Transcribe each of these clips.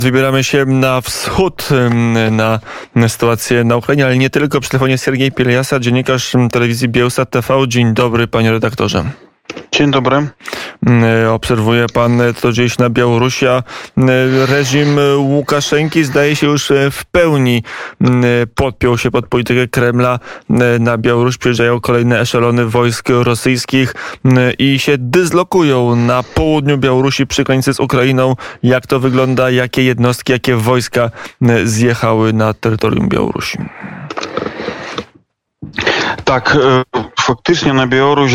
Wybieramy się na wschód, na sytuację na Ukrainie, ale nie tylko. Przy telefonie Siergiej Pieliasa, dziennikarz telewizji Biełsat TV. Dzień dobry, panie redaktorze. Dzień dobry. Obserwuje pan, co dzieje się na Białorusi, a reżim Łukaszenki zdaje się już w pełni podpiął się pod politykę Kremla. Na Białoruś przyjeżdżają kolejne eszelony wojsk rosyjskich i się dyslokują na południu Białorusi przy granicy z Ukrainą. Jak to wygląda? Jakie jednostki, jakie wojska zjechały na terytorium Białorusi? Tak, faktycznie na Białoruś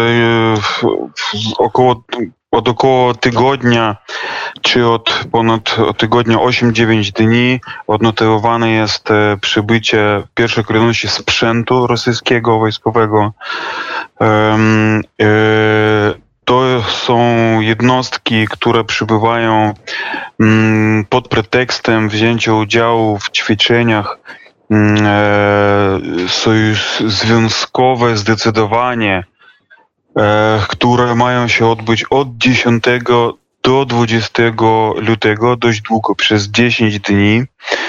od około tygodnia, czy od ponad tygodnia 8-9 dni odnotowane jest przybycie w pierwszej kolejności sprzętu rosyjskiego, wojskowego. To są jednostki, które przybywają pod pretekstem wzięcia udziału w ćwiczeniach związkowe zdecydowanie, które mają się odbyć od 10 do 20 lutego, dość długo, przez 10 dni.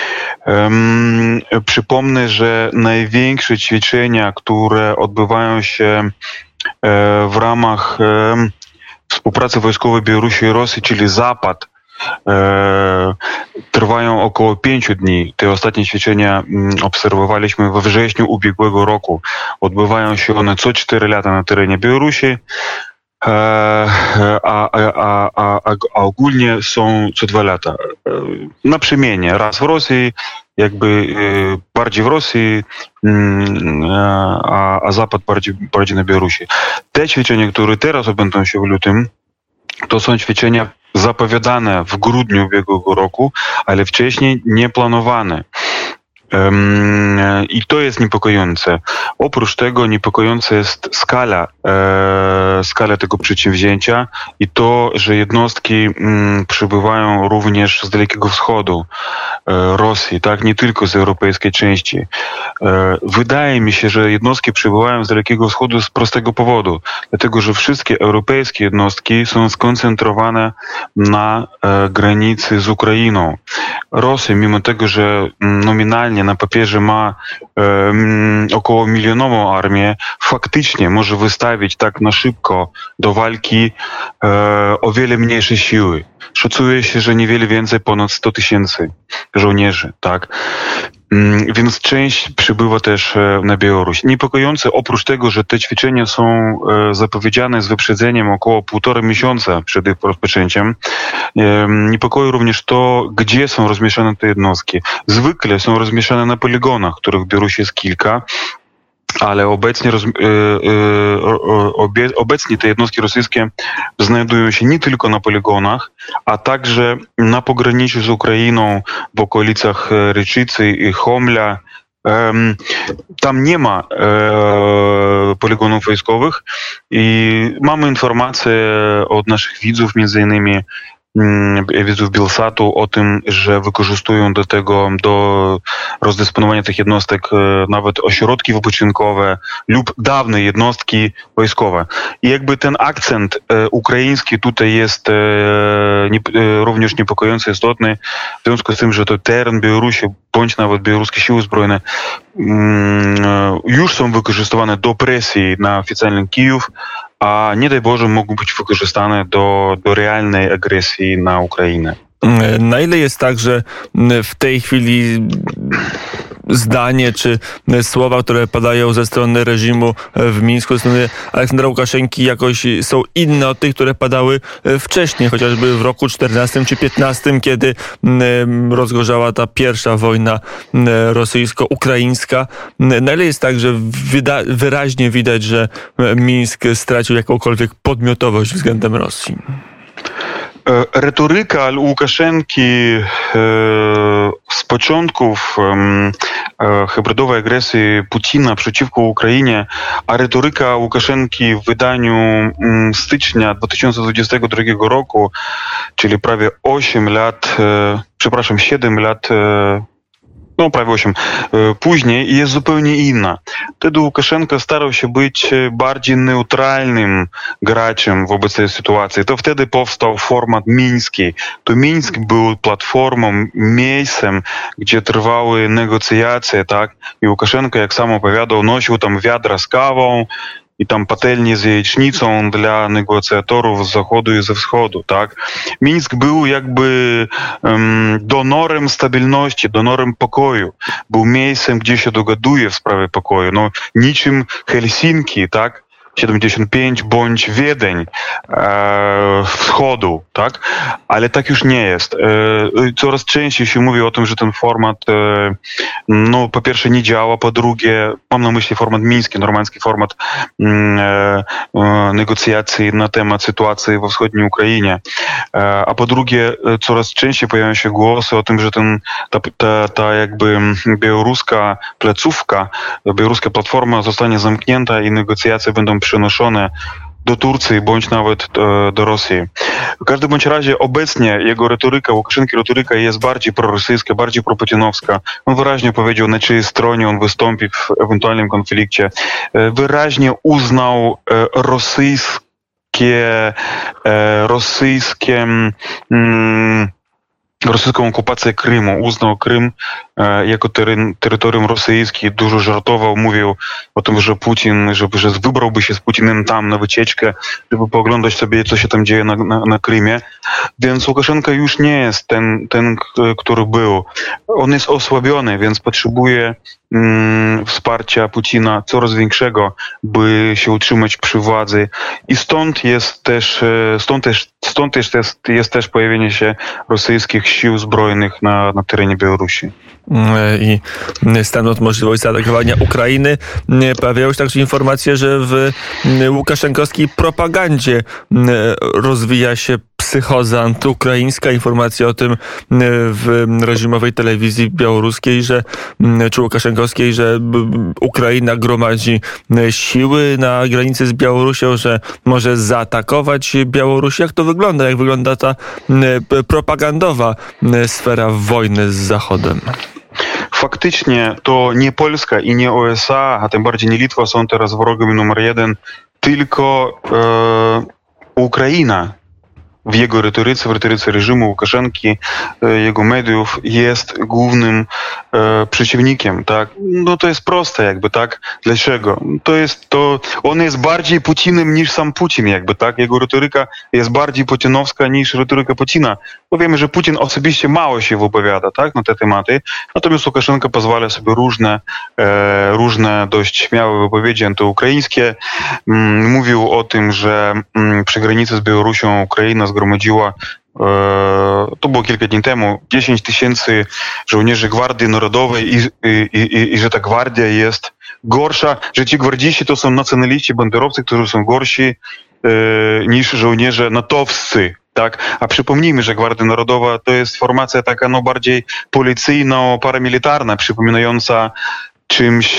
Przypomnę, że największe ćwiczenia, które odbywają się w ramach współpracy wojskowej Białorusi i Rosji, czyli Zapad, trwają około 5 dni. Te ostatnie ćwiczenia obserwowaliśmy we wrześniu ubiegłego roku. Odbywają się one co 4 lata na terenie Białorusi, a ogólnie są co 2 lata. Naprzemiennie. Raz w Rosji, bardziej w Rosji, a Zapad bardziej na Białorusi. Te ćwiczenia, które teraz odbędą się w lutym, to są ćwiczenia zapowiadane w grudniu ubiegłego roku, ale wcześniej nie planowane. I to jest niepokojące. Oprócz tego niepokojąca jest skala tego przedsięwzięcia i to, że jednostki przybywają również z Dalekiego Wschodu, Rosji, tak, nie tylko z europejskiej części. Wydaje mi się, że jednostki przybywają z Dalekiego Wschodu z prostego powodu, dlatego że wszystkie europejskie jednostki są skoncentrowane na granicy z Ukrainą. Rosja, mimo tego, że nominalnie na papierze ma około milionową armię, faktycznie może wystawić tak na szybko do walki o wiele mniejsze siły. Szacuje się, że niewiele więcej, ponad 100 000 żołnierzy, tak? Więc część przybywa też na Białoruś. Niepokojące, oprócz tego, że te ćwiczenia są zapowiedziane z wyprzedzeniem około 1,5 miesiąca przed ich rozpoczęciem, niepokoi również to, gdzie są rozmieszczone te jednostki. Zwykle są rozmieszczone na poligonach, których w Białorusi jest kilka, ale obecnie te jednostki rosyjskie znajdują się nie tylko na poligonach, a także na pograniczu z Ukrainą, w okolicach Ryczycy i Homla. Tam nie ma poligonów wojskowych i mamy informacje od naszych widzów, między innymi widzów Belsatu, o tym, że wykorzystują do rozdysponowania tych jednostek nawet ośrodki wypoczynkowe lub dawne jednostki wojskowe. I ten akcent ukraiński tutaj jest również niepokojąco istotny, w związku z tym, że to teren Białorusi, bądź nawet białoruskie siły zbrojne już są wykorzystywane do presji na oficjalny Kijów, a nie daj Boże mogą być wykorzystane do realnej agresji na Ukrainę. Na ile jest tak, że w tej chwili zdanie czy słowa, które padają ze strony reżimu w Mińsku, ze strony Aleksandra Łukaszenki, jakoś są inne od tych, które padały wcześniej, chociażby w roku 14 czy 15, kiedy rozgorzała ta pierwsza wojna rosyjsko-ukraińska. Na ile jest tak, że wyraźnie widać, że Mińsk stracił jakąkolwiek podmiotowość względem Rosji? Retoryka Łukaszenki z początków hybrydowej agresji Putina przeciwko Ukrainie, a retoryka Łukaszenki w wydaniu stycznia 2022 roku, czyli prawie 7 lat no prawie 8, później jest zupełnie inna. Wtedy Łukaszenka starał się być bardziej neutralnym graczem wobec tej sytuacji. To wtedy powstał format miński. To Mińsk był platformą, miejscem, gdzie trwały negocjacje, tak? I Łukaszenka, jak sam opowiadał, nosił tam wiadra z kawą, i tam patelnie z jajecznicą dla negocjatorów z zachodu i ze wschodu, tak? Mińsk był jakby donorem stabilności, donorem pokoju. Był miejscem, gdzie się dogaduje w sprawie pokoju. No, niczym Helsinki, tak? 75 bądź Wiedeń wschodu, tak? Ale tak już nie jest. Coraz częściej się mówi o tym, że ten format no po pierwsze nie działa, po drugie mam na myśli format miński, normandzki format negocjacji na temat sytuacji we wschodniej Ukrainie, a po drugie coraz częściej pojawiają się głosy o tym, że ta jakby białoruska placówka, białoruska platforma zostanie zamknięta i negocjacje będą przenoszone do Turcji bądź nawet do Rosji. W każdym bądź razie obecnie jego retoryka, Łukaszenki retoryka jest bardziej prorosyjska, bardziej proputinowska. On wyraźnie powiedział, na czyjej stronie on wystąpi w ewentualnym konflikcie. Wyraźnie uznał rosyjską okupację Krymu, uznał Krym jako terytorium rosyjskie, dużo żartował, mówił o tym, że Putin, że wybrałby się z Putinem tam na wycieczkę, żeby pooglądać sobie, co się tam dzieje na Krymie. Więc Łukaszenka już nie jest ten, który był. On jest osłabiony, więc potrzebuje wsparcia Putina coraz większego, by się utrzymać przy władzy. I stąd jest też pojawienie się rosyjskich sił zbrojnych na terenie Białorusi. I stamtąd możliwość zaatakowania Ukrainy. Pojawiały się także informacje, że w łukaszenkowskiej propagandzie rozwija się psychoza antyukraińska. Informacja o tym w reżimowej telewizji białoruskiej, czy łukaszenkowskiej, że Ukraina gromadzi siły na granicy z Białorusią, że może zaatakować Białoruś. Jak to wygląda? Jak wygląda ta propagandowa sfera wojny z Zachodem? Faktycznie to nie Polska i nie USA, a tym bardziej nie Litwa są teraz wrogiem numer 1, tylko Ukraina w jego retoryce, w retoryce reżimu Łukaszenki, jego mediów jest głównym przeciwnikiem, tak? No to jest proste jakby, tak? Dlaczego? On jest bardziej Putinem niż sam Putin jakby, tak? Jego retoryka jest bardziej putinowska niż retoryka Putina. Bo wiemy, że Putin osobiście mało się wypowiada, tak? Na te tematy. Natomiast Łukaszenka pozwala sobie różne dość śmiałe wypowiedzi antyukraińskie. Mówił o tym, że przy granicy z Białorusią Ukraina zgromadziła, to było kilka dni temu, 10 000 żołnierzy Gwardii Narodowej i że ta gwardia jest gorsza, że ci gwardziści to są nacjonaliści, banderowcy, którzy są gorsi niż żołnierze natowscy. Tak? A przypomnijmy, że Gwardia Narodowa to jest formacja taka no bardziej policyjno-paramilitarna, przypominająca czymś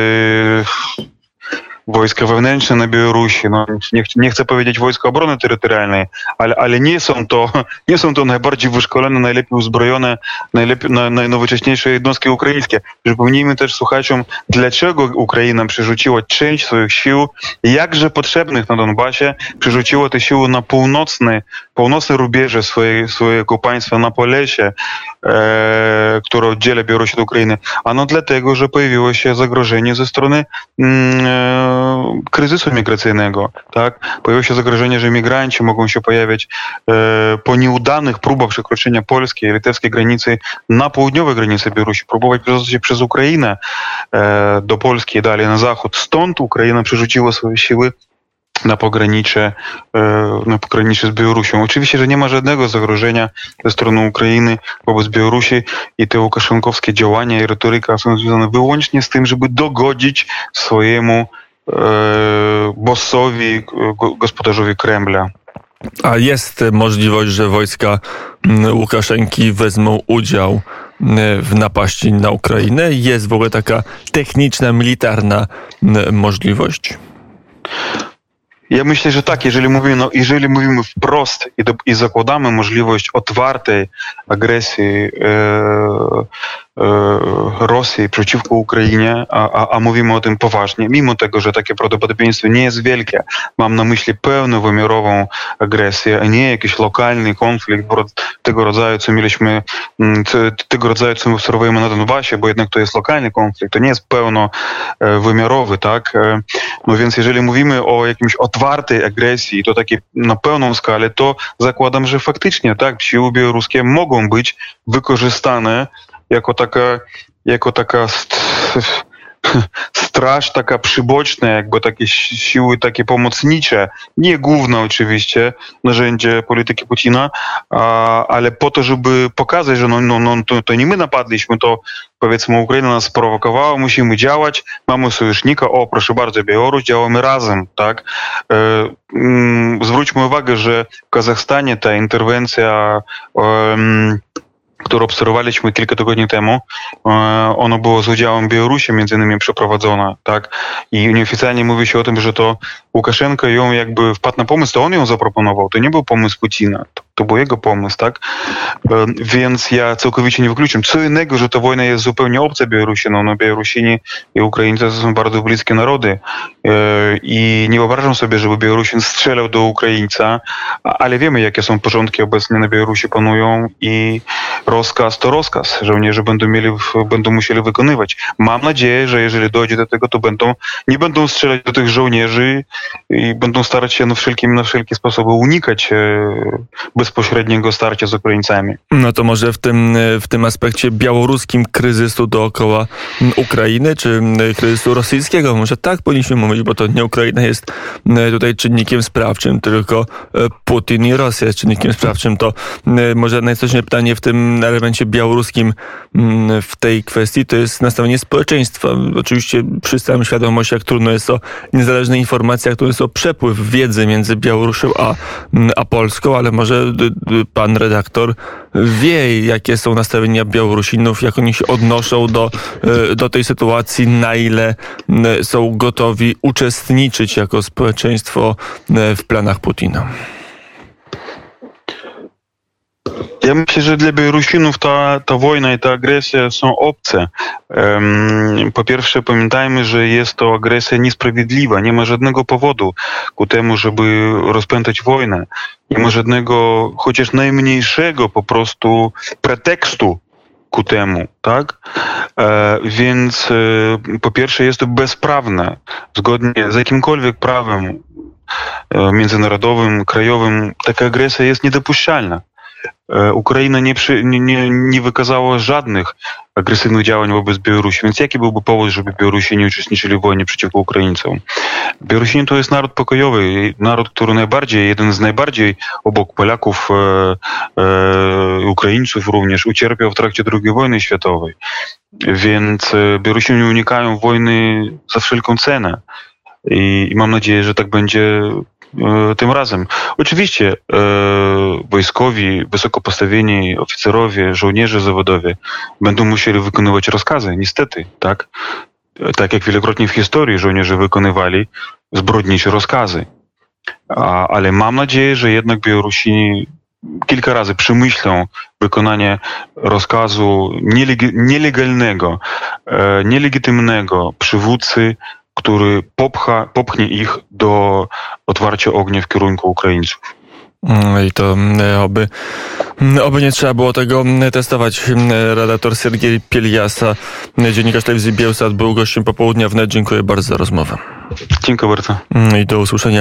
wojska wewnętrzne na Białorusi, no nie chcę powiedzieć Wojska Obrony Terytorialnej, ale nie są to najbardziej wyszkolone, najlepiej uzbrojone, najnowocześniejsze jednostki ukraińskie. Przypomnijmy też słuchaczom, dlaczego Ukraina przerzuciła część swoich sił, jakże potrzebnych na Donbasie, przerzuciła te siły na północne rubieże swojego państwa, na Polesie, które oddziela Białoruś od Ukrainy. Ano dlatego, że pojawiło się zagrożenie ze strony kryzysu migracyjnego, tak? Pojawiło się zagrożenie, że migranci mogą się pojawiać po nieudanych próbach przekroczenia polskiej i litewskiej granicy na południowej granicy Białorusi, próbować przedostać się przez Ukrainę do Polski i dalej na zachód. Stąd Ukraina przerzuciła swoje siły na pogranicze z Białorusią. Oczywiście, że nie ma żadnego zagrożenia ze strony Ukrainy wobec Białorusi i te łukaszenkowskie działania i retoryka są związane wyłącznie z tym, żeby dogodzić swojemu bossowi, gospodarzowi Kremla. A jest możliwość, że wojska Łukaszenki wezmą udział w napaści na Ukrainę? Jest w ogóle taka techniczna, militarna możliwość? Ja myślę, że tak, jeżeli mówimy wprost i zakładamy możliwość otwartej agresji Rosji przeciwko Ukrainie, a mówimy o tym poważnie, mimo tego, że takie prawdopodobieństwo nie jest wielkie. Mam na myśli pełnowymiarową agresję, a nie jakiś lokalny konflikt tego rodzaju, co my obserwujemy na Donbasie, bo jednak to jest lokalny konflikt, to nie jest pełnowymiarowy, tak? No więc jeżeli mówimy o jakimś otwartej agresji, to takiej na pełną skalę, to zakładam, że faktycznie tak, siły białoruskie mogą być wykorzystane jako taka straż taka przyboczna, jakby takie siły takie pomocnicze, nie główne oczywiście narzędzie polityki Putina, ale po to, żeby pokazać, że to nie my napadliśmy, to powiedzmy Ukraina nas sprowokowała, musimy działać, mamy sojusznika, o proszę bardzo, Białoruś, działamy razem, tak? Zwróćmy uwagę, że w Kazachstanie ta interwencja które obserwowaliśmy kilka tygodni temu, ono było z udziałem Białorusi między innymi przeprowadzone, tak? I nieoficjalnie mówi się o tym, że to Łukaszenko ją jakby wpadł na pomysł, to on ją zaproponował, to nie był pomysł Putina, to był jego pomysł, tak? Więc ja całkowicie nie wykluczam. Co innego, że ta wojna jest zupełnie obca Białorusi, no Białorusini i Ukraińcy to są bardzo bliskie narody i nie wyobrażam sobie, żeby Białorusin strzelał do Ukraińca, ale wiemy, jakie są porządki obecnie na Białorusi panują i rozkaz to rozkaz. Żołnierze będą musieli wykonywać. Mam nadzieję, że jeżeli dojdzie do tego, to nie będą strzelać do tych żołnierzy i będą starać się na wszelkie sposoby unikać bezpośredniego starcia z Ukraińcami. No to może w tym aspekcie białoruskim kryzysu dookoła Ukrainy, czy kryzysu rosyjskiego, może tak powinniśmy mówić, bo to nie Ukraina jest tutaj czynnikiem sprawczym, tylko Putin i Rosja jest czynnikiem sprawczym. To może najistotniejsze pytanie w tym elemencie białoruskim w tej kwestii to jest nastawienie społeczeństwa. Oczywiście wszyscy mamy świadomość, jak trudno jest o niezależne informacje, jak trudno jest o przepływ wiedzy między Białorusią a Polską, ale może pan redaktor wie, jakie są nastawienia Białorusinów, jak oni się odnoszą do tej sytuacji, na ile są gotowi uczestniczyć jako społeczeństwo w planach Putina. Ja myślę, że dla Białorusinów ta wojna i ta agresja są obce. Po pierwsze, pamiętajmy, że jest to agresja niesprawiedliwa. Nie ma żadnego powodu ku temu, żeby rozpętać wojnę. Nie ma żadnego, chociaż najmniejszego po prostu pretekstu ku temu, tak? Więc po pierwsze jest to bezprawne. Zgodnie z jakimkolwiek prawem międzynarodowym, krajowym, taka agresja jest niedopuszczalna. Ukraina nie wykazała żadnych agresywnych działań wobec Białorusi, więc jaki byłby powód, żeby Białorusini nie uczestniczyli w wojnie przeciwko Ukraińcom? Białorusini to jest naród pokojowy, naród, który jeden z najbardziej obok Polaków, Ukraińców również ucierpiał w trakcie II wojny światowej. Więc Białorusini unikają wojny za wszelką cenę. I mam nadzieję, że tak będzie tym razem. Oczywiście wojskowi, wysoko postawieni oficerowie, żołnierze zawodowi będą musieli wykonywać rozkazy, niestety, tak? Tak jak wielokrotnie w historii żołnierze wykonywali zbrodnicze rozkazy. Ale mam nadzieję, że jednak Białorusini kilka razy przemyślą wykonanie rozkazu nielegalnego, nielegitymnego przywódcy, który popchnie ich do otwarcia ognia w kierunku Ukraińców. I to oby nie trzeba było tego testować. Redaktor Sergiej Pieliasa, dziennikarz telewizji Bielsat, był gościem Popołudnia Wnet. Dziękuję bardzo za rozmowę. Dziękuję bardzo. I do usłyszenia.